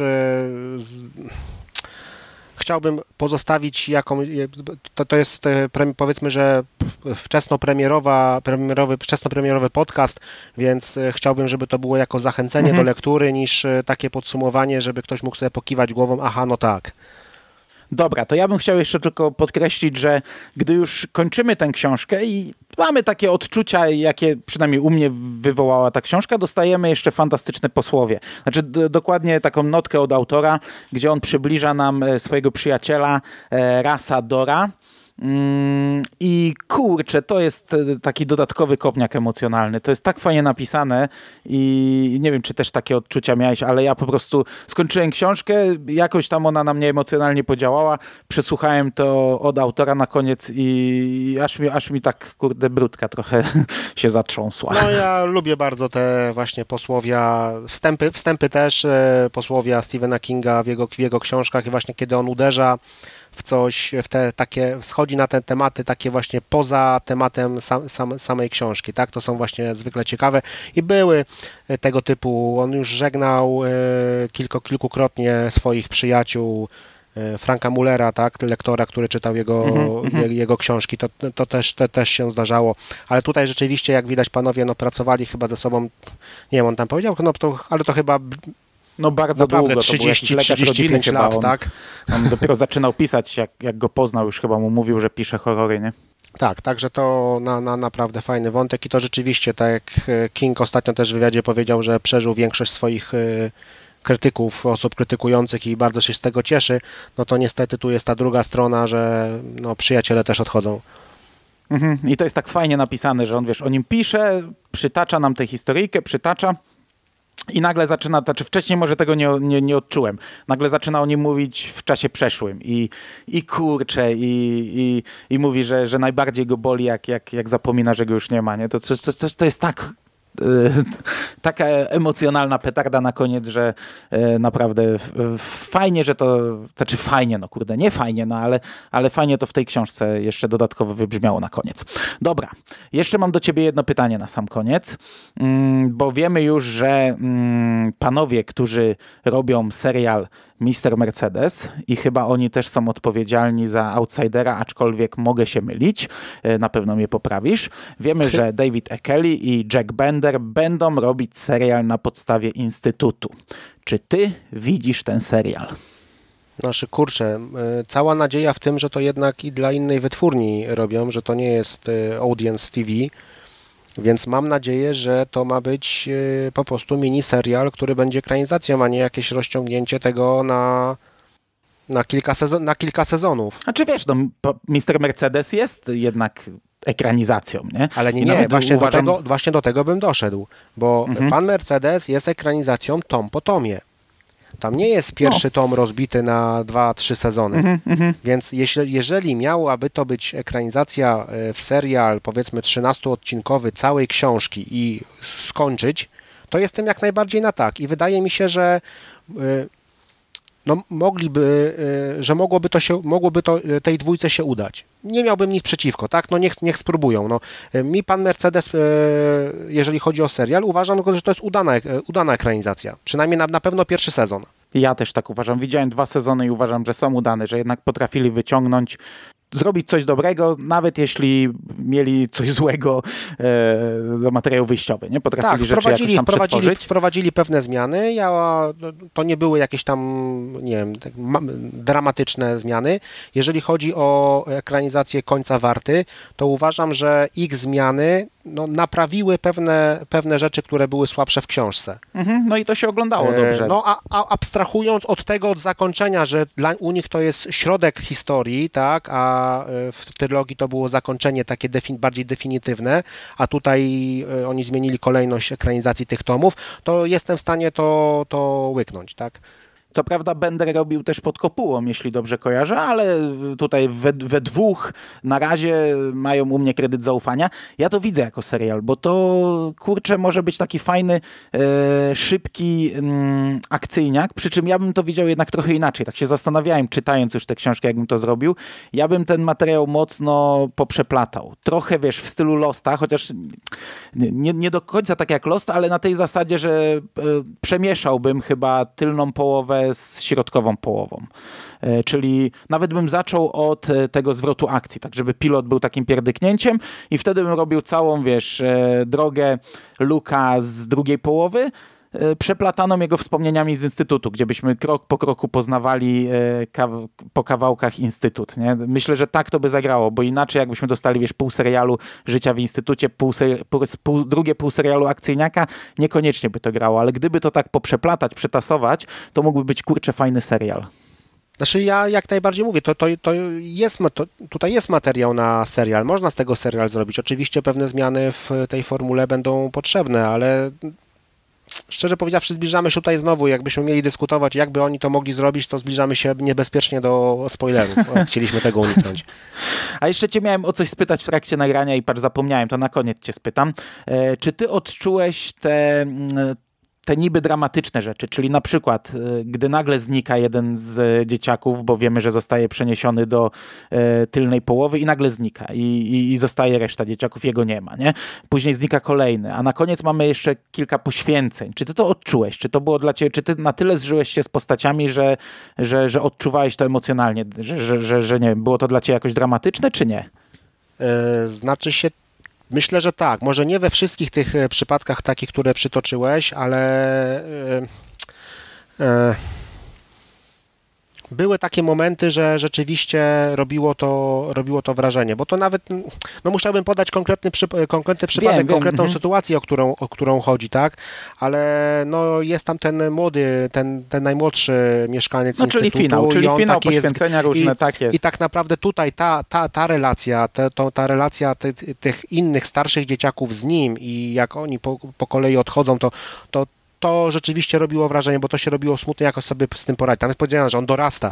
[SPEAKER 5] chciałbym pozostawić to jest powiedzmy, że wczesnopremierowy podcast, więc chciałbym, żeby to było jako zachęcenie do lektury niż takie podsumowanie, żeby ktoś mógł sobie pokiwać głową, aha, no tak.
[SPEAKER 4] Dobra, to ja bym chciał jeszcze tylko podkreślić, że gdy już kończymy tę książkę i mamy takie odczucia, jakie przynajmniej u mnie wywołała ta książka, dostajemy jeszcze fantastyczne posłowie. Znaczy dokładnie taką notkę od autora, gdzie on przybliża nam swojego przyjaciela Rasa Dora. I kurczę, to jest taki dodatkowy kopniak emocjonalny. To jest tak fajnie napisane i nie wiem, czy też takie odczucia miałeś, ale ja po prostu skończyłem książkę, jakoś tam ona na mnie emocjonalnie podziałała, przesłuchałem to od autora na koniec i aż mi tak, kurde, brudka trochę się zatrząsła.
[SPEAKER 5] No ja lubię bardzo te właśnie posłowia, wstępy też, posłowia Stephena Kinga w jego książkach i właśnie kiedy on uderza w coś, w te takie, schodzi na te tematy takie właśnie poza tematem samej książki, tak? To są właśnie zwykle ciekawe i były tego typu, on już żegnał kilkukrotnie swoich przyjaciół, Franka Mullera, tak? Lektora, który czytał jego książki, to też się zdarzało, ale tutaj rzeczywiście, jak widać, panowie pracowali chyba ze sobą, nie wiem, on tam powiedział, ale to chyba
[SPEAKER 4] bardzo
[SPEAKER 5] naprawdę
[SPEAKER 4] długo,
[SPEAKER 5] 30-35 lat, tak?
[SPEAKER 4] On dopiero zaczynał pisać, jak go poznał, już chyba mu mówił, że pisze horrory, nie?
[SPEAKER 5] Tak, także to naprawdę fajny wątek i to rzeczywiście, tak jak King ostatnio też w wywiadzie powiedział, że przeżył większość swoich krytyków, osób krytykujących i bardzo się z tego cieszy, no to niestety tu jest ta druga strona, że przyjaciele też odchodzą.
[SPEAKER 4] I to jest tak fajnie napisane, że on, wiesz, o nim pisze, przytacza nam tę historyjkę, i nagle zaczyna, znaczy wcześniej może tego nie odczułem, nagle zaczyna o nim mówić w czasie przeszłym i kurczę, i mówi, że najbardziej go boli, jak zapomina, że go już nie ma, nie? To jest taka emocjonalna petarda na koniec, że naprawdę fajnie, że to, znaczy fajnie, no kurde, nie fajnie, no ale fajnie to w tej książce jeszcze dodatkowo wybrzmiało na koniec. Dobra, jeszcze mam do ciebie jedno pytanie na sam koniec, bo wiemy już, że panowie, którzy robią serial Mr. Mercedes i chyba oni też są odpowiedzialni za Outsidera, aczkolwiek mogę się mylić, na pewno mnie poprawisz. Wiemy, że David E. Kelly i Jack Bender będą robić serial na podstawie Instytutu. Czy ty widzisz ten serial?
[SPEAKER 5] Znaczy, kurczę, cała nadzieja w tym, że to jednak i dla innej wytwórni robią, że to nie jest Audience TV, więc mam nadzieję, że to ma być po prostu mini serial, który będzie ekranizacją, a nie jakieś rozciągnięcie tego na kilka sezonów.
[SPEAKER 4] A czy wiesz, no, Mr. Mercedes jest jednak ekranizacją, nie?
[SPEAKER 5] Ale nie, właśnie do tego bym doszedł, bo Pan Mercedes jest ekranizacją tom po tomie. Tam nie jest pierwszy tom rozbity na 2-3 sezony. Więc jeżeli miałaby to być ekranizacja w serial, powiedzmy 13-odcinkowy całej książki i skończyć, to jestem jak najbardziej na tak. I wydaje mi się, że mogłoby to tej dwójce się udać. Nie miałbym nic przeciwko, tak? No niech spróbują. No, mi Pan Mercedes, jeżeli chodzi o serial, uważam, że to jest udana ekranizacja. Przynajmniej na pewno pierwszy sezon.
[SPEAKER 4] Ja też tak uważam. Widziałem 2 sezony i uważam, że są udane, że jednak potrafili wyciągnąć, zrobić coś dobrego, nawet jeśli mieli coś złego do materiału wyjściowy, nie? Potrafili rzeczy jakoś tam przetworzyć.
[SPEAKER 5] Wprowadzili pewne zmiany. To nie były jakieś tam, nie wiem, tak dramatyczne zmiany. Jeżeli chodzi o ekranizację Końca Warty, to uważam, że ich zmiany naprawiły pewne rzeczy, które były słabsze w książce.
[SPEAKER 4] No i to się oglądało dobrze.
[SPEAKER 5] A abstrahując od zakończenia, że u nich to jest środek historii, tak, a w trylogii to było zakończenie takie bardziej definitywne, a tutaj oni zmienili kolejność ekranizacji tych tomów, to jestem w stanie to łyknąć, tak.
[SPEAKER 4] Co prawda Bender robił też pod kopułą, jeśli dobrze kojarzę, ale tutaj we dwóch na razie mają u mnie kredyt zaufania. Ja to widzę jako serial, bo to, kurczę, może być taki fajny, szybki akcyjniak, przy czym ja bym to widział jednak trochę inaczej. Tak się zastanawiałem, czytając już tę książkę, jakbym to zrobił. Ja bym ten materiał mocno poprzeplatał. Trochę, wiesz, w stylu Losta, chociaż nie do końca tak jak Lost, ale na tej zasadzie, że przemieszałbym chyba tylną połowę z środkową połową. Czyli nawet bym zaczął od tego zwrotu akcji, tak żeby pilot był takim pierdyknięciem i wtedy bym robił całą, wiesz, drogę Luka z drugiej połowy, przeplataną jego wspomnieniami z Instytutu, gdzie byśmy krok po kroku poznawali po kawałkach Instytut. Nie? Myślę, że tak to by zagrało, bo inaczej jakbyśmy dostali, wiesz, pół serialu Życia w Instytucie, drugie pół serialu akcyjniaka, niekoniecznie by to grało, ale gdyby to tak poprzeplatać, przetasować, to mógłby być, kurczę, fajny serial.
[SPEAKER 5] Znaczy ja jak najbardziej mówię, tutaj jest materiał na serial, można z tego serial zrobić. Oczywiście pewne zmiany w tej formule będą potrzebne, ale szczerze powiedziawszy, zbliżamy się tutaj znowu, jakbyśmy mieli dyskutować, jakby oni to mogli zrobić, to zbliżamy się niebezpiecznie do spoilerów. Chcieliśmy tego uniknąć.
[SPEAKER 4] A jeszcze cię miałem o coś spytać w trakcie nagrania i patrz, zapomniałem, to na koniec cię spytam. Czy ty odczułeś te niby dramatyczne rzeczy, czyli na przykład, gdy nagle znika jeden z dzieciaków, bo wiemy, że zostaje przeniesiony do tylnej połowy i nagle znika i zostaje reszta dzieciaków, jego nie ma, nie? Później znika kolejny, a na koniec mamy jeszcze kilka poświęceń. Czy ty to odczułeś? Czy to było dla ciebie, czy ty na tyle zżyłeś się z postaciami, że odczuwałeś to emocjonalnie, że nie wiem, było to dla ciebie jakoś dramatyczne, czy nie?
[SPEAKER 5] Znaczy się, myślę, że tak. Może nie we wszystkich tych przypadkach takich, które przytoczyłeś, ale były takie momenty, że rzeczywiście robiło to wrażenie, bo to nawet, musiałbym podać konkretny przypadek, konkretną sytuację, o którą chodzi, tak, ale jest tam ten młody, ten najmłodszy mieszkaniec Instytutu.
[SPEAKER 4] Czyli finał poświęcenia różne, tak jest.
[SPEAKER 5] I tak naprawdę tutaj ta relacja, relacja tych innych, starszych dzieciaków z nim i jak oni po kolei odchodzą, to rzeczywiście robiło wrażenie, bo to się robiło smutne, jakoś sobie z tym poradzić. Tam jest powiedziane, że on dorasta.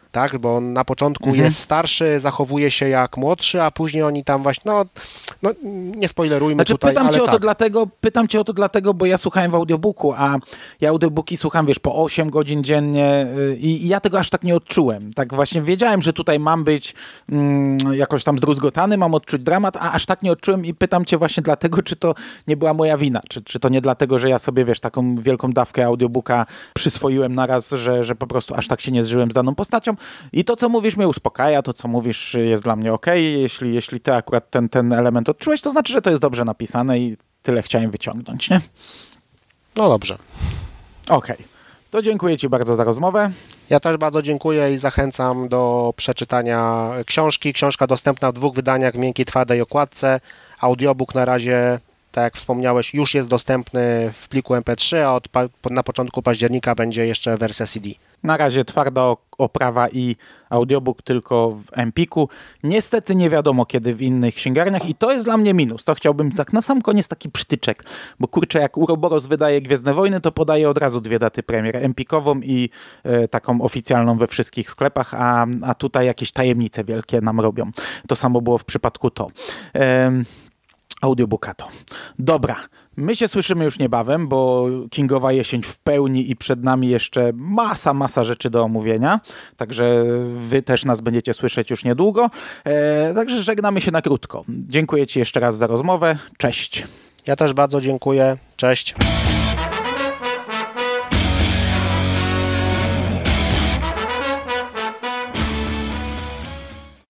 [SPEAKER 5] tak? Bo on na początku jest starszy, zachowuje się jak młodszy, a później oni tam właśnie, no nie spoilerujmy
[SPEAKER 4] znaczy,
[SPEAKER 5] tutaj,
[SPEAKER 4] pytam
[SPEAKER 5] ale
[SPEAKER 4] cię o
[SPEAKER 5] tak.
[SPEAKER 4] pytam cię o to dlatego, bo ja słuchałem w audiobooku, a ja audiobooki słucham, wiesz, po 8 godzin dziennie i ja tego aż tak nie odczułem. Tak właśnie wiedziałem, że tutaj mam być jakoś tam zdruzgotany, mam odczuć dramat, a aż tak nie odczułem i pytam cię właśnie dlatego, czy to nie była moja wina, czy to nie dlatego, że ja sobie, wiesz, taką wielką dawkę audiobooka przyswoiłem naraz, że po prostu aż tak się nie zżyłem z daną postacią i to, co mówisz, mnie uspokaja, to, co mówisz, jest dla mnie okej. Jeśli ty akurat ten element odczułeś, to znaczy, że to jest dobrze napisane i tyle chciałem wyciągnąć, nie?
[SPEAKER 5] No dobrze.
[SPEAKER 4] Okej. To dziękuję ci bardzo za rozmowę.
[SPEAKER 5] Ja też bardzo dziękuję i zachęcam do przeczytania książki. Książka dostępna w 2 wydaniach, w miękkiej, twardej okładce. Audiobook na razie, tak jak wspomniałeś, już jest dostępny w pliku MP3, a na początku października będzie jeszcze wersja CD.
[SPEAKER 4] Na razie twarda oprawa i audiobook tylko w Empiku. Niestety nie wiadomo kiedy w innych księgarniach i to jest dla mnie minus. To chciałbym tak na sam koniec taki przytyczek, bo kurczę, jak Uroboros wydaje Gwiezdne Wojny, to podaje od razu 2 daty premier. Empikową i taką oficjalną we wszystkich sklepach, a tutaj jakieś tajemnice wielkie nam robią. To samo było w przypadku audiobooka to. Dobra, my się słyszymy już niebawem, bo Kingowa jesień w pełni i przed nami jeszcze masa rzeczy do omówienia, także wy też nas będziecie słyszeć już niedługo, także żegnamy się na krótko. Dziękuję ci jeszcze raz za rozmowę, cześć.
[SPEAKER 5] Ja też bardzo dziękuję, cześć.